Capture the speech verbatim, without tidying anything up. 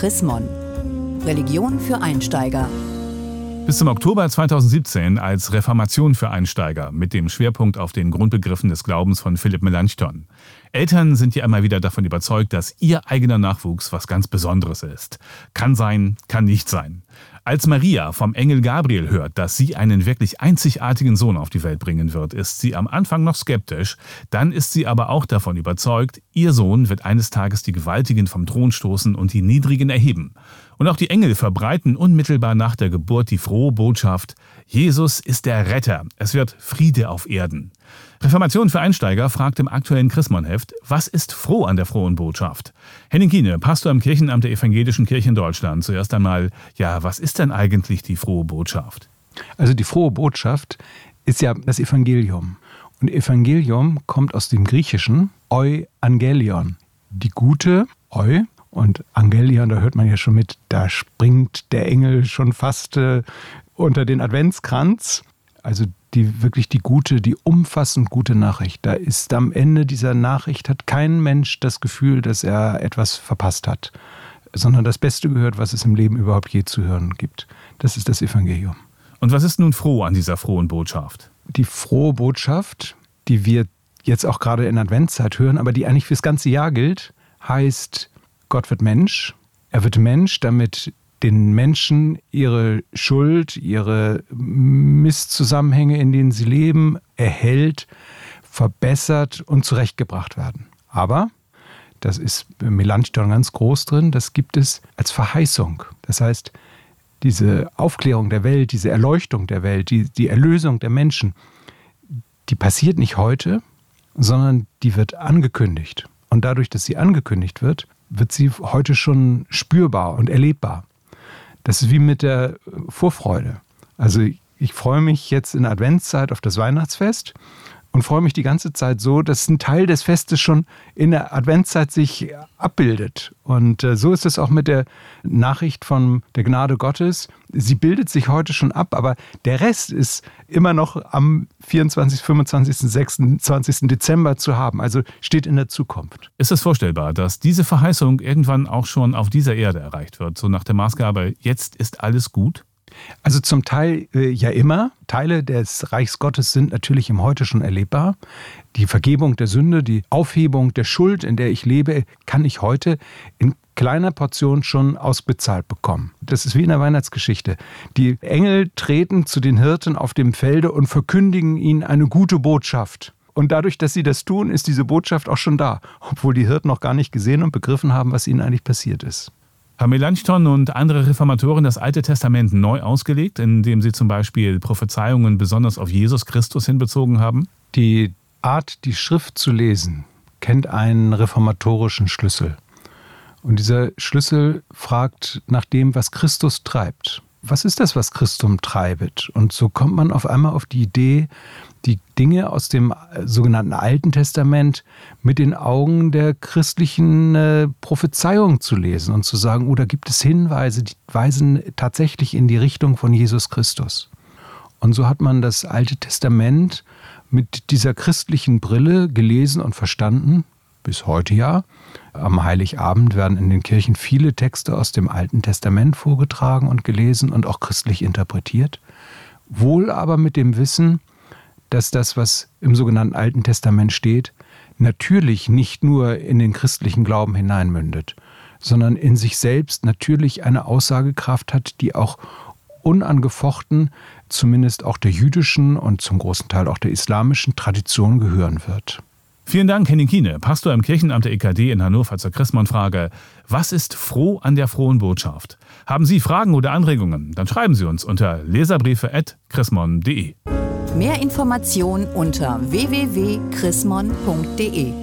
Chris Mon. Religion für Einsteiger. Bis zum Oktober zweitausendsiebzehn als Reformation für Einsteiger mit dem Schwerpunkt auf den Grundbegriffen des Glaubens von Philipp Melanchthon. Eltern sind ja immer wieder davon überzeugt, dass ihr eigener Nachwuchs was ganz Besonderes ist. Kann sein, kann nicht sein. Als Maria vom Engel Gabriel hört, dass sie einen wirklich einzigartigen Sohn auf die Welt bringen wird, ist sie am Anfang noch skeptisch. Dann ist sie aber auch davon überzeugt, ihr Sohn wird eines Tages die Gewaltigen vom Thron stoßen und die Niedrigen erheben. Und auch die Engel verbreiten unmittelbar nach der Geburt die frohe Botschaft: Jesus ist der Retter. Es wird Friede auf Erden. Reformation für Einsteiger fragt im aktuellen Chris Mon-Heft: Was ist froh an der frohen Botschaft? Henning Kiene, Pastor im Kirchenamt der Evangelischen Kirche in Deutschland. Zuerst einmal, ja, was ist denn eigentlich die frohe Botschaft? Also die frohe Botschaft ist ja das Evangelium. Und Evangelium kommt aus dem Griechischen Euangelion. Die gute Eu. Und Angelion, da hört man ja schon mit, da springt der Engel schon fast äh, unter den Adventskranz. Also die wirklich die gute, die umfassend gute Nachricht. Da ist am Ende dieser Nachricht, hat kein Mensch das Gefühl, dass er etwas verpasst hat, sondern das Beste gehört, was es im Leben überhaupt je zu hören gibt. Das ist das Evangelium. Und was ist nun froh an dieser frohen Botschaft? Die frohe Botschaft, die wir jetzt auch gerade in Adventszeit hören, aber die eigentlich fürs ganze Jahr gilt, heißt: Gott wird Mensch. Er wird Mensch, damit den Menschen ihre Schuld, ihre Misszusammenhänge, in denen sie leben, erhält, verbessert und zurechtgebracht werden. Aber, das ist Melanchthon ganz groß drin, das gibt es als Verheißung. Das heißt, diese Aufklärung der Welt, diese Erleuchtung der Welt, die, die Erlösung der Menschen, die passiert nicht heute, sondern die wird angekündigt. Und dadurch, dass sie angekündigt wird, wird sie heute schon spürbar und erlebbar. Das ist wie mit der Vorfreude. Also ich freue mich jetzt in der Adventszeit auf das Weihnachtsfest und freue mich die ganze Zeit so, dass ein Teil des Festes schon in der Adventszeit sich abbildet. Und äh, so ist es auch mit der Nachricht von der Gnade Gottes. Sie bildet sich heute schon ab, aber der Rest ist immer noch am vierundzwanzigsten, fünfundzwanzigsten, sechsundzwanzigsten Dezember zu haben. Also steht in der Zukunft. Ist es vorstellbar, dass diese Verheißung irgendwann auch schon auf dieser Erde erreicht wird? So nach der Maßgabe, jetzt ist alles gut? Also zum Teil äh, ja immer. Teile des Reichs Gottes sind natürlich im Heute schon erlebbar. Die Vergebung der Sünde, die Aufhebung der Schuld, in der ich lebe, kann ich heute in kleiner Portion schon ausbezahlt bekommen. Das ist wie in der Weihnachtsgeschichte. Die Engel treten zu den Hirten auf dem Felde und verkündigen ihnen eine gute Botschaft. Und dadurch, dass sie das tun, ist diese Botschaft auch schon da, obwohl die Hirten noch gar nicht gesehen und begriffen haben, was ihnen eigentlich passiert ist. Haben Melanchthon und andere Reformatoren das Alte Testament neu ausgelegt, indem sie zum Beispiel Prophezeiungen besonders auf Jesus Christus hinbezogen haben? Die Art, die Schrift zu lesen, kennt einen reformatorischen Schlüssel. Und dieser Schlüssel fragt nach dem, was Christus treibt. Was ist das, was Christum treibet? Und so kommt man auf einmal auf die Idee, die Dinge aus dem sogenannten Alten Testament mit den Augen der christlichen äh, Prophezeiung zu lesen und zu sagen, oh, da gibt es Hinweise, die weisen tatsächlich in die Richtung von Jesus Christus. Und so hat man das Alte Testament mit dieser christlichen Brille gelesen und verstanden, bis heute ja. Am Heiligabend werden in den Kirchen viele Texte aus dem Alten Testament vorgetragen und gelesen und auch christlich interpretiert. Wohl aber mit dem Wissen, dass das, was im sogenannten Alten Testament steht, natürlich nicht nur in den christlichen Glauben hineinmündet, sondern in sich selbst natürlich eine Aussagekraft hat, die auch unangefochten, zumindest auch der jüdischen und zum großen Teil auch der islamischen Tradition gehören wird. Vielen Dank, Henning Kiene, Pastor im Kirchenamt der E K D in Hannover zur Chris Mon-Frage: Was ist froh an der frohen Botschaft? Haben Sie Fragen oder Anregungen? Dann schreiben Sie uns unter leserbriefe at chrismon punkt de. Mehr Informationen unter w w w punkt chrismon punkt de.